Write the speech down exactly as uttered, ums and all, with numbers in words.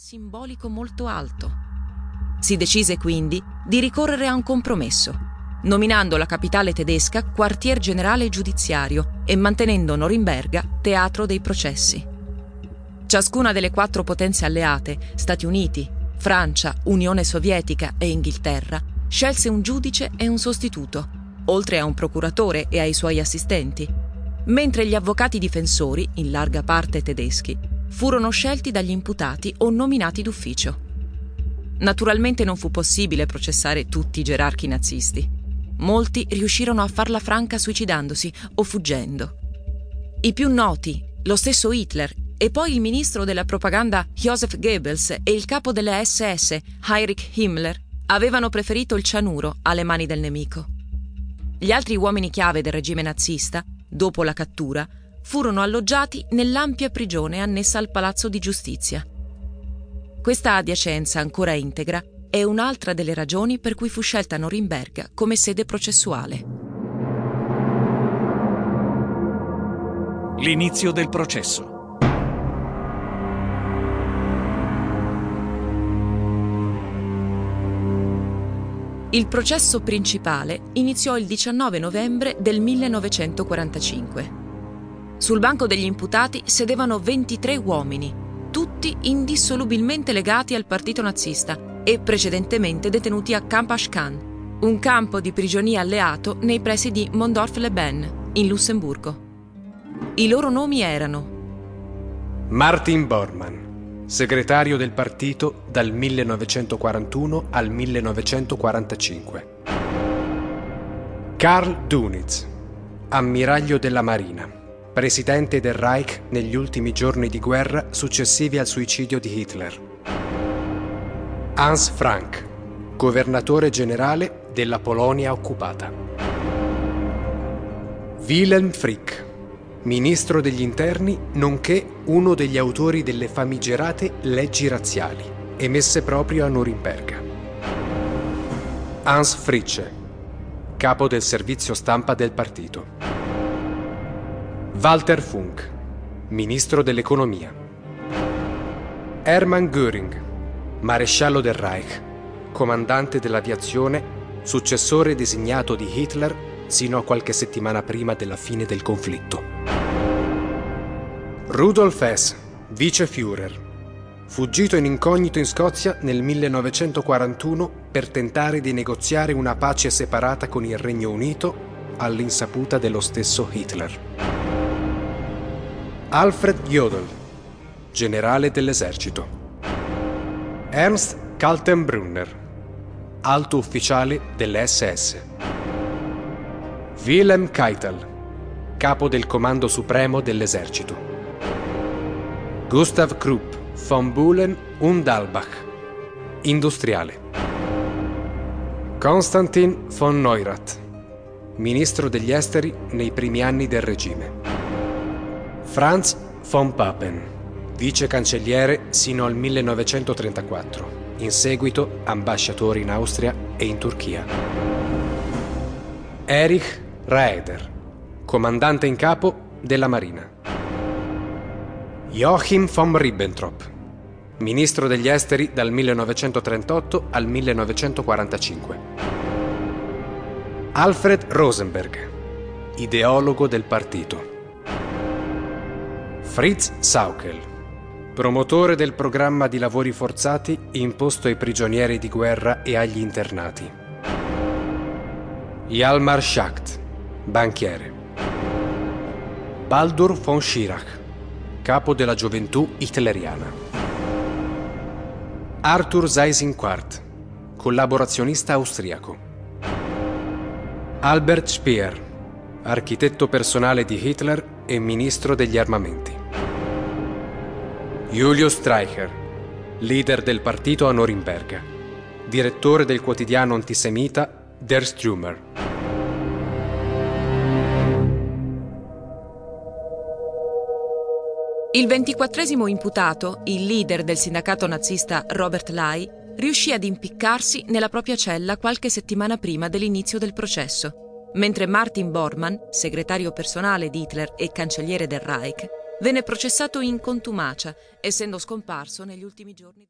simbolico molto alto. Si decise quindi di ricorrere a un compromesso, nominando la capitale tedesca quartier generale giudiziario e mantenendo Norimberga teatro dei processi. Ciascuna delle quattro potenze alleate, Stati Uniti, Francia, Unione Sovietica e Inghilterra, scelse un giudice e un sostituto, oltre a un procuratore e ai suoi assistenti, mentre gli avvocati difensori, in larga parte tedeschi, furono scelti dagli imputati o nominati d'ufficio. Naturalmente non fu possibile processare tutti i gerarchi nazisti. Molti riuscirono a farla franca suicidandosi o fuggendo. I più noti, lo stesso Hitler, e poi il ministro della propaganda Joseph Goebbels e il capo delle S S Heinrich Himmler avevano preferito il cianuro alle mani del nemico. Gli altri uomini chiave del regime nazista, dopo la cattura, furono alloggiati nell'ampia prigione annessa al Palazzo di Giustizia. Questa adiacenza ancora integra è un'altra delle ragioni per cui fu scelta Norimberga come sede processuale. L'inizio del processo. Il processo principale iniziò il diciannove novembre del millenovecentoquarantacinque. Sul banco degli imputati sedevano ventitré uomini, tutti indissolubilmente legati al partito nazista e precedentemente detenuti a Camp Ashcan, un campo di prigionia alleato nei pressi di Mondorf-les-Bains, in Lussemburgo. I loro nomi erano Martin Bormann, segretario del partito dal millenovecentoquarantuno al millenovecentoquarantacinque. Karl Dönitz, ammiraglio della Marina, presidente del Reich negli ultimi giorni di guerra successivi al suicidio di Hitler. Hans Frank, governatore generale della Polonia occupata. Wilhelm Frick, ministro degli interni, nonché uno degli autori delle famigerate leggi razziali, emesse proprio a Norimberga. Hans Fritzsche, capo del servizio stampa del partito. Walter Funk, ministro dell'economia. Hermann Göring, maresciallo del Reich, comandante dell'aviazione, successore designato di Hitler sino a qualche settimana prima della fine del conflitto. Rudolf Hess, vice Führer, fuggito in incognito in Scozia nel millenovecentoquarantuno per tentare di negoziare una pace separata con il Regno Unito all'insaputa dello stesso Hitler. Alfred Jodl, generale dell'esercito. Ernst Kaltenbrunner, alto ufficiale dell'S S. Wilhelm Keitel, capo del Comando Supremo dell'esercito. Gustav Krupp von Bühlen und Dalbach, industriale. Konstantin von Neurath, ministro degli esteri nei primi anni del regime. Franz von Papen, vice cancelliere sino al millenovecentotrentaquattro, in seguito ambasciatore in Austria e in Turchia. Erich Raeder, comandante in capo della Marina. Joachim von Ribbentrop, ministro degli esteri dal millenovecentotrentotto al millenovecentoquarantacinque. Alfred Rosenberg, ideologo del partito. Fritz Sauckel, promotore del programma di lavori forzati imposto ai prigionieri di guerra e agli internati. Hjalmar Schacht, banchiere. Baldur von Schirach, capo della gioventù hitleriana. Arthur Seyss-Inquart, collaborazionista austriaco. Albert Speer, architetto personale di Hitler e ministro degli armamenti. Julius Streicher, leader del partito a Norimberga, direttore del quotidiano antisemita Der Stürmer. Il ventiquattresimo imputato, il leader del sindacato nazista Robert Lai, riuscì ad impiccarsi nella propria cella qualche settimana prima dell'inizio del processo, mentre Martin Bormann, segretario personale di Hitler e cancelliere del Reich, venne processato in contumacia, essendo scomparso negli ultimi giorni.